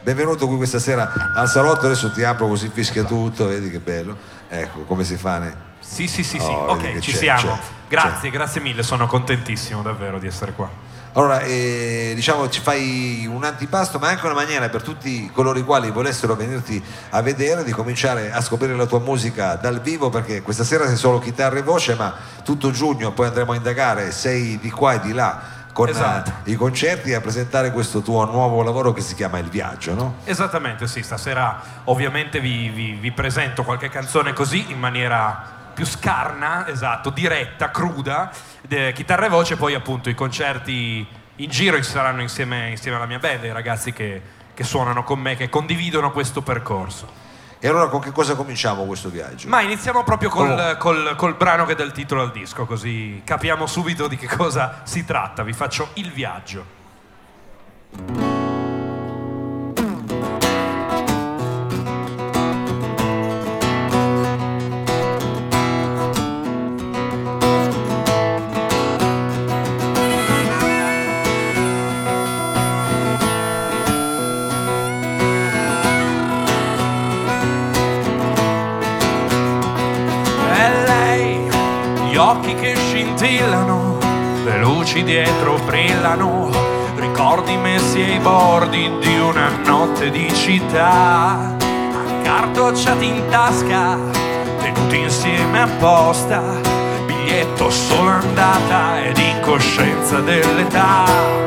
benvenuto qui questa sera al salotto. Adesso ti apro così fischia tutto, vedi che bello. Ecco, come si fa? Sì, Oh, ok, ci siamo. Grazie mille, sono contentissimo davvero di essere qua. Allora, diciamo, ci fai un antipasto, ma anche una maniera per tutti coloro i quali volessero venirti a vedere di cominciare a scoprire la tua musica dal vivo, perché questa sera sei solo chitarra e voce, ma tutto giugno poi andremo a indagare, sei di qua e di là con i concerti, a presentare questo tuo nuovo lavoro che si chiama Il Viaggio, no? Esattamente, sì, stasera ovviamente vi presento qualche canzone così in maniera più scarna, esatto, diretta, cruda, chitarra e voce, poi appunto i concerti in giro saranno insieme alla mia band, i ragazzi che suonano con me, che condividono questo percorso. E allora con che cosa cominciamo questo viaggio? Ma iniziamo proprio col brano che dà il titolo al disco, così capiamo subito di che cosa si tratta. Vi faccio Il Viaggio. Gli occhi che scintillano, le luci dietro brillano, ricordi messi ai bordi di una notte di città, accartocciati in tasca, tenuti insieme apposta, biglietto solo andata ed incoscienza dell'età.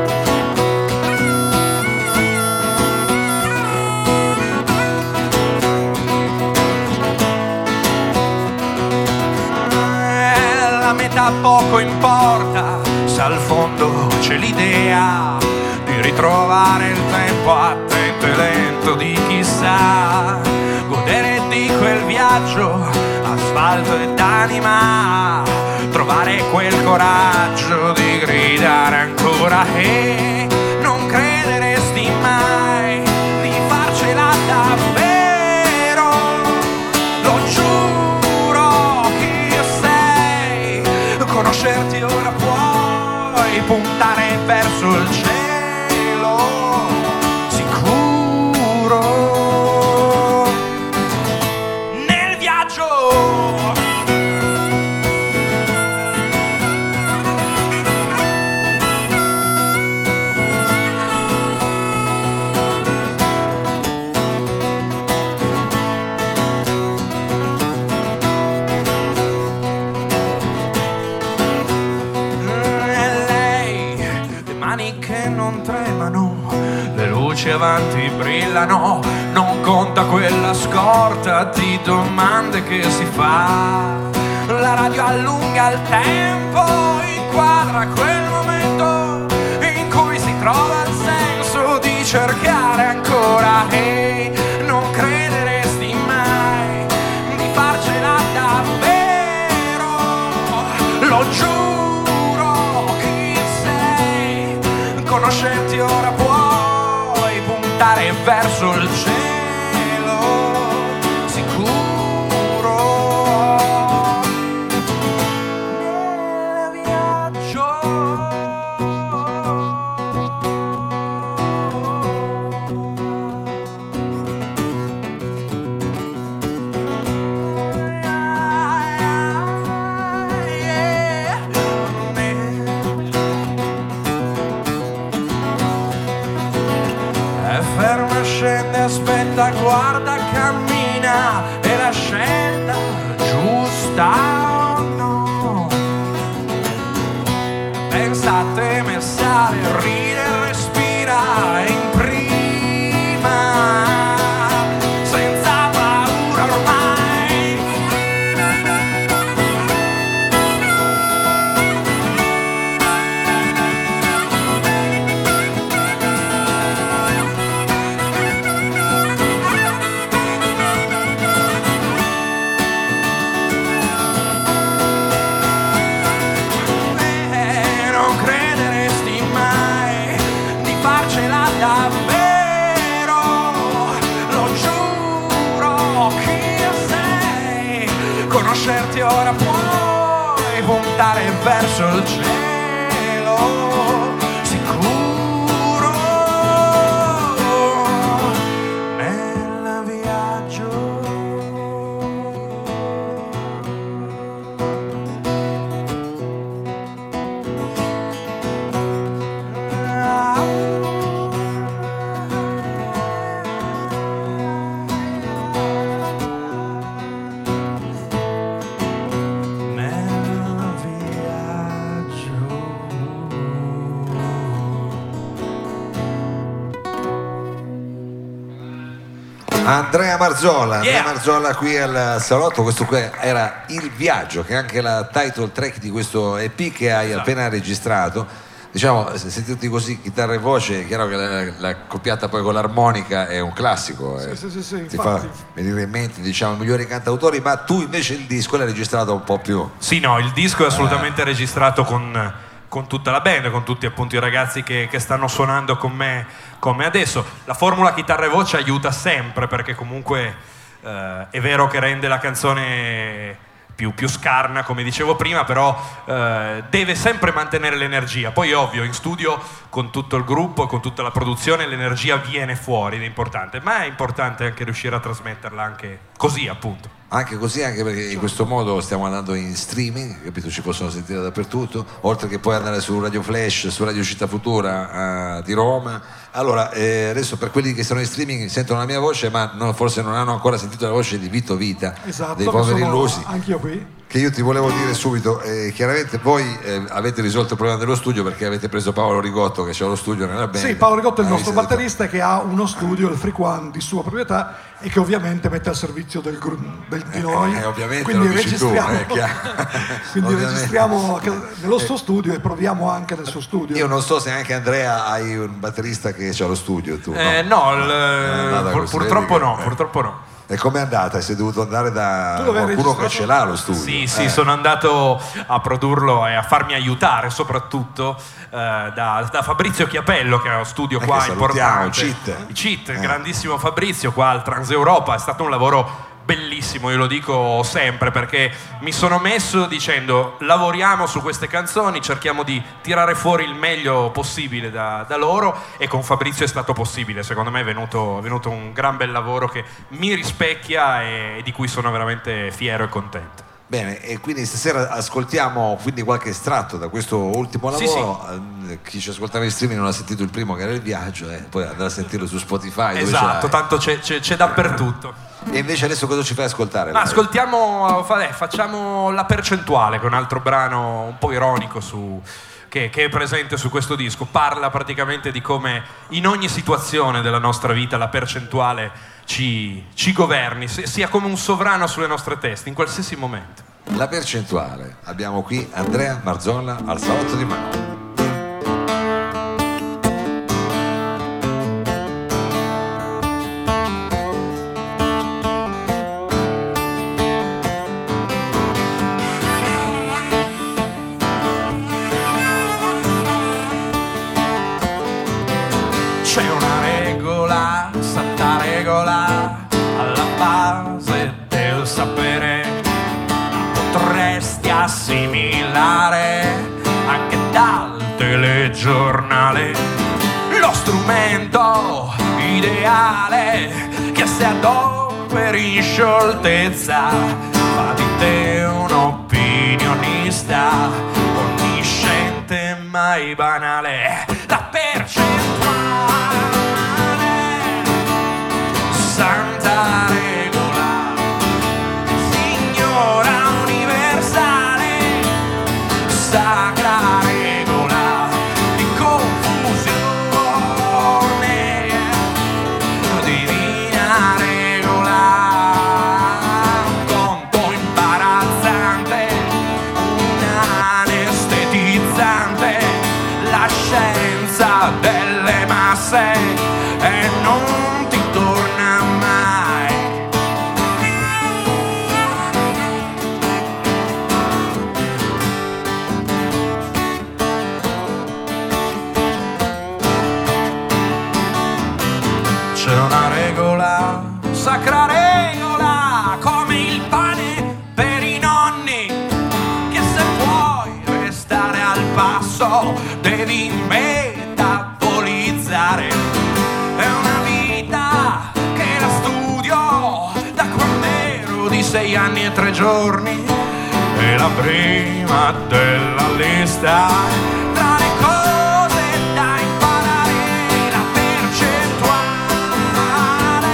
La metà poco importa, se al fondo c'è l'idea di ritrovare il tempo attento e lento di chissà, godere di quel viaggio, asfalto ed anima, trovare quel coraggio di gridare ancora e non crederesti mai di farcela davvero, lo giuro. Conoscerti ora puoi puntare verso il cielo, sicuro nel viaggio. Che non tremano, le luci avanti brillano, non conta quella scorta di domande che si fa, la radio allunga il tempo, inquadra quel momento in cui si trova il senso di cercare ancora e non crederesti mai di farcela davvero, lo giuro. Conoscerti ora puoi puntare verso il cielo, sicuro nel viaggio. Ferma, scende, aspetta, guarda, cammina, è la scelta giusta o no? Pensa a te, messare, ride, respira, imprima, senza paura ormai. Davvero, lo giuro, chi sei, conoscerti ora puoi puntare verso il cielo, sicuro Andrea Marzolla, Yeah. Andrea Marzolla qui al salotto. Questo qui era Il Viaggio, che è anche la title track di questo EP che hai appena registrato. Diciamo, se sentirti così, chitarra e voce, è chiaro che la coppiata poi con l'armonica è un classico. Sì, Ti infatti. fa venire in mente, diciamo, i migliori cantautori, ma tu invece il disco l'hai registrato un po' più. Sì, no, il disco è assolutamente registrato con tutta la band, con tutti appunto i ragazzi che stanno suonando con me adesso. La formula chitarra e voce aiuta sempre, perché comunque è vero che rende la canzone più scarna, come dicevo prima, però deve sempre mantenere l'energia. Poi ovvio, in studio con tutto il gruppo e con tutta la produzione l'energia viene fuori ed è importante, ma è importante anche riuscire a trasmetterla anche così, appunto. Anche così, anche perché in questo modo stiamo andando in streaming, capito? Ci possono sentire dappertutto, oltre che poi andare su Radio Flash, su Radio Città Futura di Roma. Allora, adesso per quelli che sono in streaming sentono la mia voce, ma forse non hanno ancora sentito la voce di Vito Vita, Esatto, dei Poveri sono Illusi. anch'io qui. Che io ti volevo dire subito, chiaramente voi avete risolto il problema dello studio perché avete preso Paolo Rigotto, che c'è lo studio nella band. Sì, Paolo Rigotto è il nostro Avete detto- batterista che ha uno studio, il Freak One, di sua proprietà e che ovviamente mette al servizio di noi. Ovviamente quindi lo dici tu, registriamo, chiaro. quindi Ovviamente. registriamo nello suo studio e proviamo anche nel suo studio. Io non so se anche Andrea hai un batterista che c'ha lo studio, tu Purtroppo no. E com'è andata? Sei dovuto andare da Tu l'avevi qualcuno che registrato? ce l'ha lo studio? Sì, sono andato a produrlo e a farmi aiutare soprattutto da Fabrizio Chiapello, che è uno studio qua che salutiamo, importante. Cheat. Cheat, il grandissimo Fabrizio qua al Transeuropa. È stato un lavoro bellissimo, io lo dico sempre, perché mi sono messo dicendo lavoriamo su queste canzoni, cerchiamo di tirare fuori il meglio possibile da loro, e con Fabrizio è stato possibile. Secondo me è venuto un gran bel lavoro che mi rispecchia e di cui sono veramente fiero e contento. Bene, e quindi stasera ascoltiamo quindi qualche estratto da questo ultimo Sì, lavoro. Chi ci ascoltava in streaming non ha sentito il primo, che era Il Viaggio, poi andrà a sentirlo su Spotify. dove ce Esatto, l'hai. tanto c'è dappertutto. E invece adesso cosa ci fai ascoltare? Ma facciamo La Percentuale, che è un altro brano un po' ironico che è presente su questo disco. Parla praticamente di come in ogni situazione della nostra vita la percentuale ci governi, sia come un sovrano sulle nostre teste, in qualsiasi momento. La Percentuale. Abbiamo qui Andrea Marzolla al salotto di Mao. C'è una regola, santa regola, alla base del sapere. Potresti assimilare anche dal telegiornale lo strumento ideale che se adoperi in scioltezza fa di te un opinionista onnisciente mai banale. La percentuale, santa regola, signora universale, sacra regola di confusione, divina regola, un conto imbarazzante, un anestetizzante, la scienza delle masse e non ti torna mai. C'è una regola, sacra regola, come il pane per i nonni, che se vuoi restare al passo devi metabolizzare. È una vita che la studio da quando ero di 6 anni e 3 giorni, è la prima della lista tra le cose da imparare. La percentuale,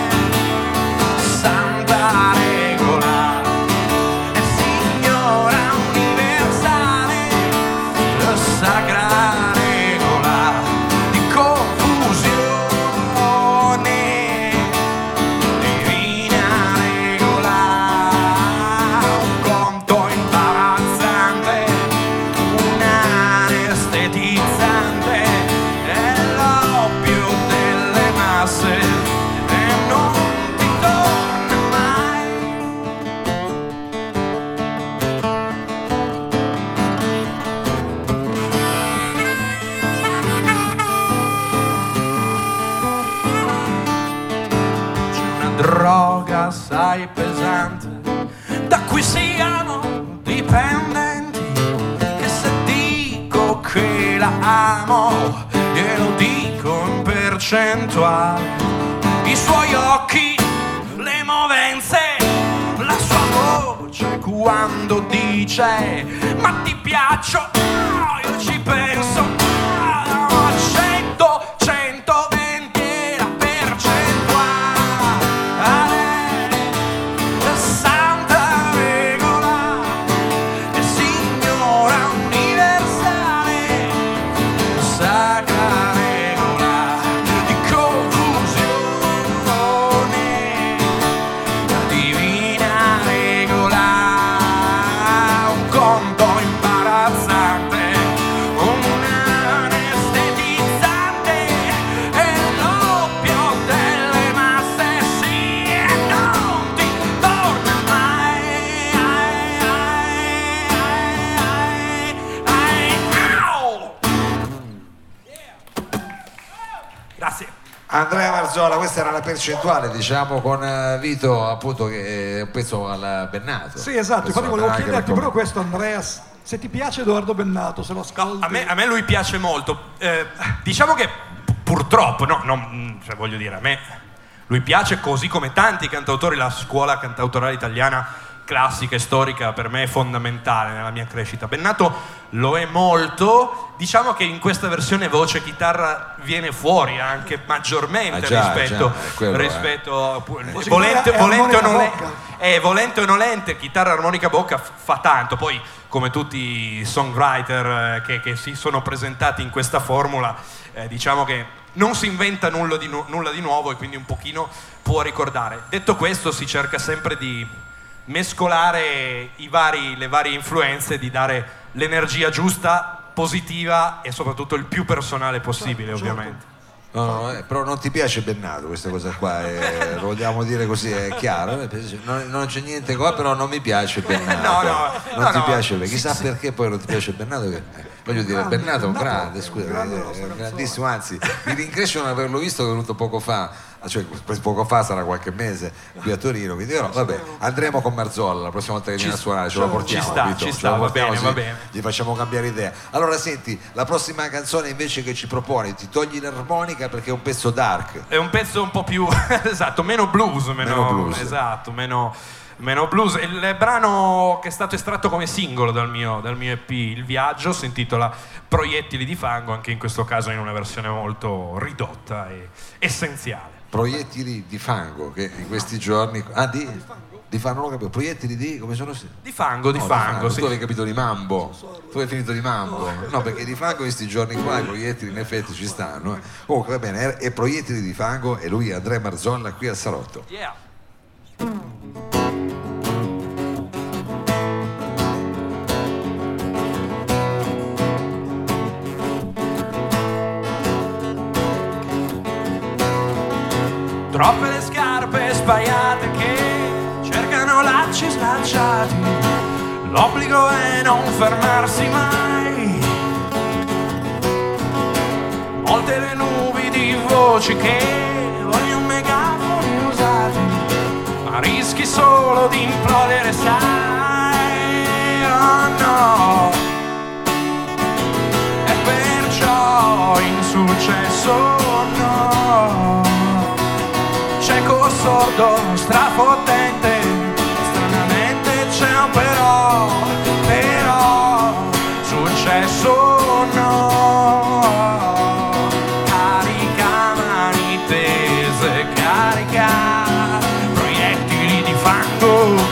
santa regola, è signora universale, la sacra regola di confusione, droga assai pesante da cui siamo dipendenti, che se dico che la amo glielo dico in percentuale. I suoi occhi, le movenze, la sua voce quando dice ma ti piaccio, io ci penso, 120 è la percentuale, santa regola e signora universale, sacra regola di confusione, divina regola, un conto imbarazzante, un anestetizzante e l'oppio delle masse, sì, e non ti torna mai. Au! Grazie. Andrea Marzolla, questa era la percentuale, diciamo, con Vito, appunto, che è un pezzo al Bennato. Sì, esatto, Questo infatti volevo anche chiederti per- proprio questo, Andrea, se ti piace Edoardo Bennato, se lo ascolti. A me lui piace molto. Diciamo che purtroppo, cioè voglio dire, a me lui piace così come tanti cantautori. La scuola cantautorale italiana classica e storica per me è fondamentale nella mia crescita. Bennato lo è molto. Diciamo che in questa versione voce chitarra viene fuori anche maggiormente rispetto volente o nolente, chitarra armonica bocca fa tanto. Poi, come tutti i songwriter che si sono presentati in questa formula, diciamo che non si inventa nulla di nuovo e quindi un pochino può ricordare. Detto questo, si cerca sempre di mescolare le varie influenze, di dare l'energia giusta, positiva e soprattutto il più personale possibile, ovviamente. No, però non ti piace Bennato, questa cosa qua, lo vogliamo dire così, è chiaro. Non c'è niente qua, però non mi piace Bennato. Non ti piace, chissà perché poi non ti piace Bennato. Voglio dire, Bennato è un grande, scusa, è grandissimo, anzi mi rincresce non averlo visto, che è venuto poco fa, cioè poco fa, sarà qualche mese qui a Torino, quindi vabbè, andremo con Marzolla la prossima volta che viene a suonare, ce lo portiamo, ci sta, va bene. Gli facciamo cambiare idea. Allora senti, la prossima canzone invece che ci proponi, ti togli l'armonica perché è un pezzo dark. È un pezzo un po' più esatto, meno blues, esatto, meno blues. Il brano che è stato estratto come singolo dal mio EP Il Viaggio si intitola Proiettili di fango, anche in questo caso in una versione molto ridotta e essenziale. Proiettili di fango, che in questi giorni di fango, non ho capito, proiettili di come sono? Di fango, sì. Tu avevi capito di mambo, tu hai finito di mambo. No, perché di fango in questi giorni qua i proiettili in effetti ci stanno. Comunque va bene, è proiettili di fango e lui è Andrea Marzolla qui al Salotto. Yeah. Troppe le scarpe sbagliate che cercano lacci slacciati, l'obbligo è non fermarsi mai. Molte le nubi di voci che vogliono megafoni usati, ma rischi solo di implodere, sai, oh no. E perciò insuccesso no. Cieco, sordo, strafotente, stranamente c'è un però, successo no. Carica mani tese, carica proiettili di fango.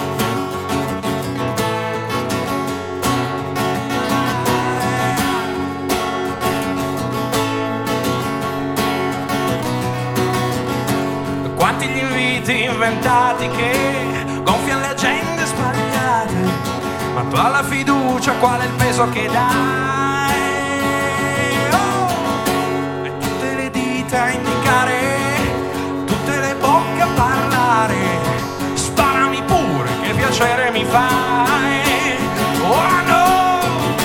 Quanti gli inviti inventati che gonfiano le agende sbagliate, ma tu alla fiducia qual è il peso che dai? Oh! E tutte le dita a indicare, tutte le bocche a parlare, sparami pure che piacere mi fai. Oh no!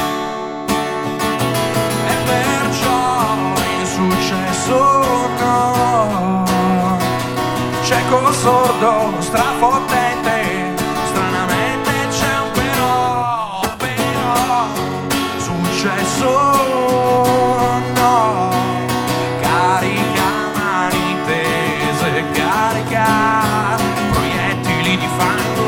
E perciò insuccesso no. cieco, sordo, strafottente, stranamente c'è un però, successo no, carica mani tese, carica proiettili di fango.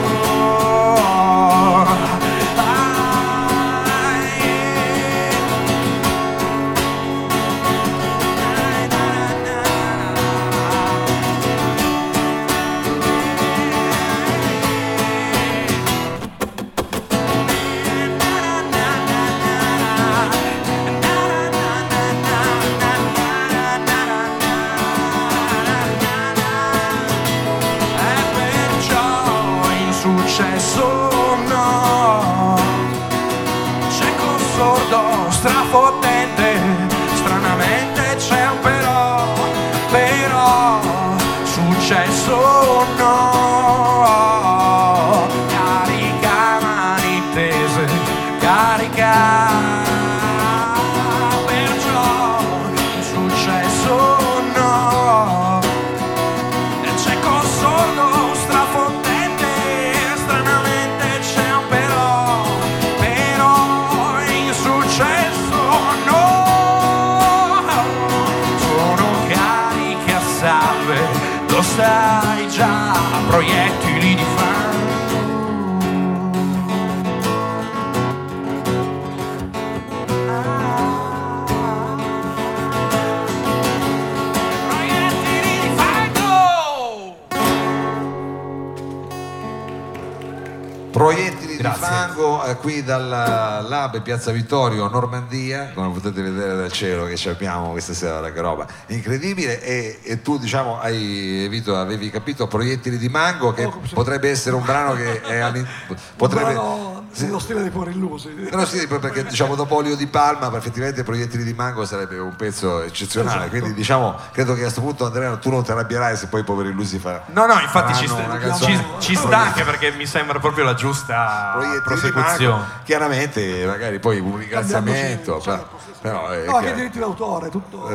Successo no, cieco, sordo, strafottente, stranamente c'è un però, successo no, carica mani tese, carica, perciò successo no, cieco, sordo, strafottente, lo sai già, proiettili di fango. Proiettili di fango. Proiettili di fango qui dalla Lab Piazza Vittorio, Normandia, come potete vedere dal cielo che ci abbiamo questa sera, che roba incredibile. E tu diciamo avevi capito Proiettili di Mango, che potrebbe essere un brano che è potrebbe nello stile dei Poveri Illusi. Però sì, perché diciamo dopo Olio di Palma effettivamente Proiettili di Mango sarebbe un pezzo eccezionale, esatto. Quindi diciamo credo che a questo punto Andrea tu non ti arrabbierai se poi i Poveri Illusi no infatti ci sta anche perché mi sembra proprio la giusta prosecuzione. Chiaramente magari poi un ringraziamento però anche i diritti d'autore tutto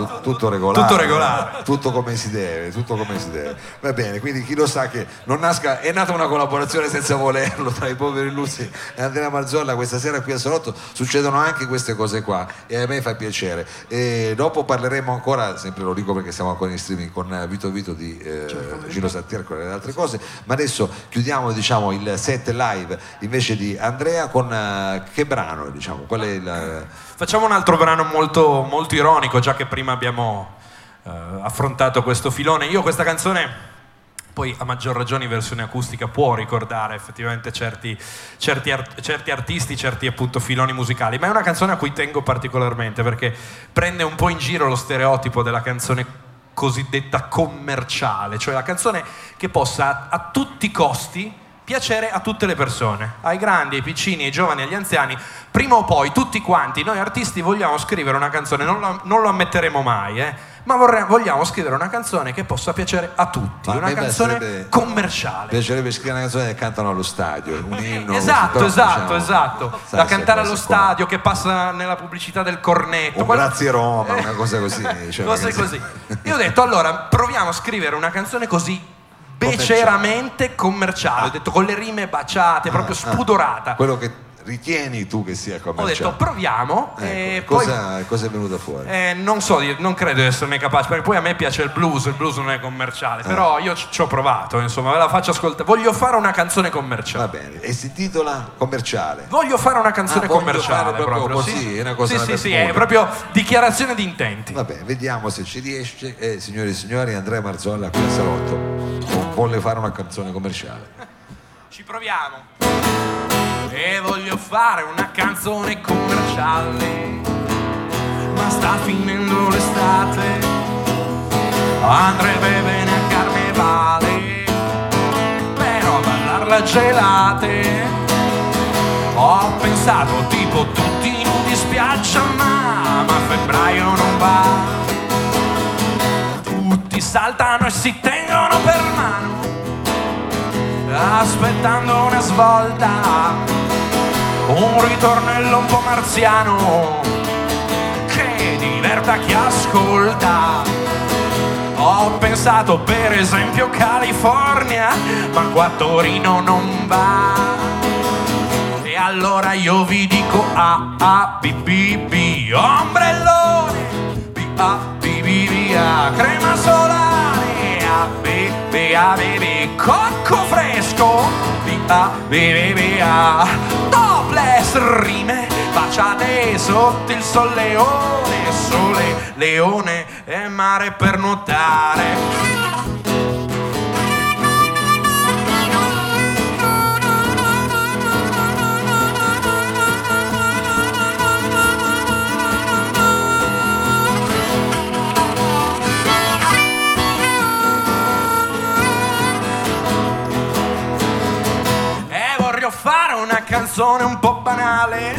regolare, tutto come si deve, va bene. Quindi chi lo sa che non nasca, è nata una collaborazione senza volerlo tra i Poveri Illusi e Andrea Marzolla. Questa sera qui a Salotto succedono anche queste cose qua e a me fa piacere. E dopo parleremo ancora, sempre lo dico perché siamo ancora in streaming, con Vito di Gino Santier con le altre cose, ma adesso chiudiamo diciamo il set live invece di Andrea con che brano diciamo? Qual è il... Facciamo un altro brano molto, molto ironico, già che prima abbiamo affrontato questo filone. Io questa canzone, poi a maggior ragione in versione acustica, può ricordare effettivamente certi artisti, certi appunto filoni musicali, ma è una canzone a cui tengo particolarmente perché prende un po' in giro lo stereotipo della canzone cosiddetta commerciale, cioè la canzone che possa a tutti i costi piacere a tutte le persone, ai grandi, ai piccini, ai giovani, agli anziani. Prima o poi tutti quanti noi artisti vogliamo scrivere una canzone, non lo ammetteremo mai, ma vogliamo scrivere una canzone che possa piacere a tutti, una canzone commerciale. Piacerebbe scrivere una canzone che cantano allo stadio, un inno. Esatto, da cantare allo stadio, che passa nella pubblicità del cornetto. Grazie Roma, una cosa così. Cose così. Io ho detto allora proviamo a scrivere una canzone così beceramente commerciale, ho detto con le rime baciate, proprio spudorata. Quello che ritieni tu che sia commerciale. Ho detto proviamo. Cosa è venuto fuori? Non so, non credo di esserne capace, perché poi a me piace il blues non è commerciale, però io ci ho provato, insomma, ve la faccio ascoltare. Voglio fare una canzone commerciale. Va bene, e si intitola Commerciale. Voglio fare una canzone commerciale, proprio così, è una cosa sì, è proprio dichiarazione di intenti. Va bene, vediamo se ci riesce. Signori e signori, Andrea Marzolla qui a Salotto vuole fare una canzone commerciale. Ci proviamo. E voglio fare una canzone commerciale, ma sta finendo l'estate, andrebbe bene a carnevale, però a ballarla gelate. Ho pensato tipo tutti nudi spiaggia, ma febbraio non va, tutti saltano e si tengono per mano, aspettando una svolta, un ritornello un po' marziano che diverta chi ascolta. Ho pensato per esempio California, ma qua a Torino non va. E allora io vi dico A, A, B, B, B, ombrellone, B, A, B, B, B, A, crema solare, A, B, B, A, B, B, cocco fresco, B, A, B, B, B, A, topless, rime, baciate sotto il soleone, sole, leone e mare per nuotare. Fare una canzone un po' banale,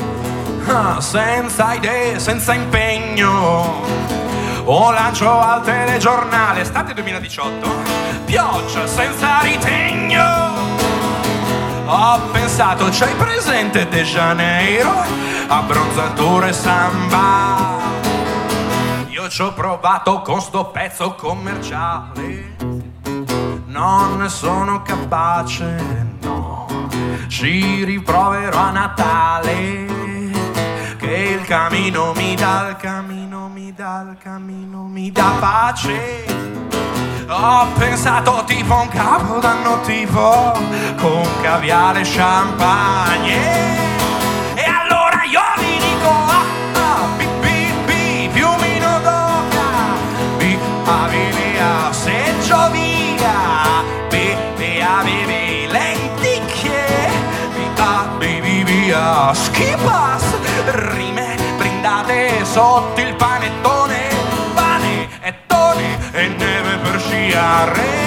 senza idee, senza impegno. O lancio al telegiornale, estate 2018, pioggia senza ritegno. Ho pensato, c'hai presente De Janeiro, abbronzatore samba? Io ci ho provato con sto pezzo commerciale, non ne sono capace, no. Ci riproverò a Natale, che il cammino mi dà, il cammino mi dà, il cammino mi dà pace. Ho pensato tipo un capodanno tipo con caviale e champagne. E allora io vi dico A, A, B, B, B, piumino d'oca, B, A, B, B, A, seggio via, B, B, A, B, B, lenticchie, B, A, B, B, B, A, skipas, rime brindate sotto il panettone, pane e tone e neve per sciare.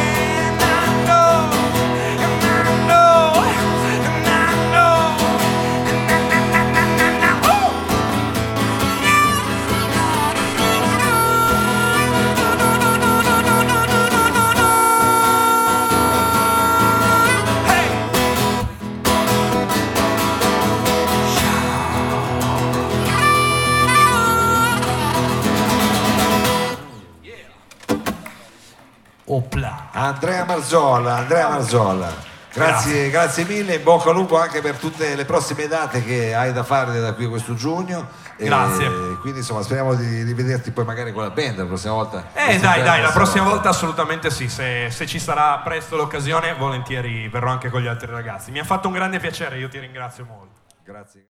Opla. Andrea Marzolla, grazie mille, in bocca al lupo anche per tutte le prossime date che hai da fare da qui a questo giugno. Grazie. E quindi insomma speriamo di rivederti poi magari con la band la prossima volta. Dai, la prossima volta assolutamente sì, se ci sarà presto l'occasione volentieri verrò anche con gli altri ragazzi. Mi ha fatto un grande piacere, io ti ringrazio molto. Grazie.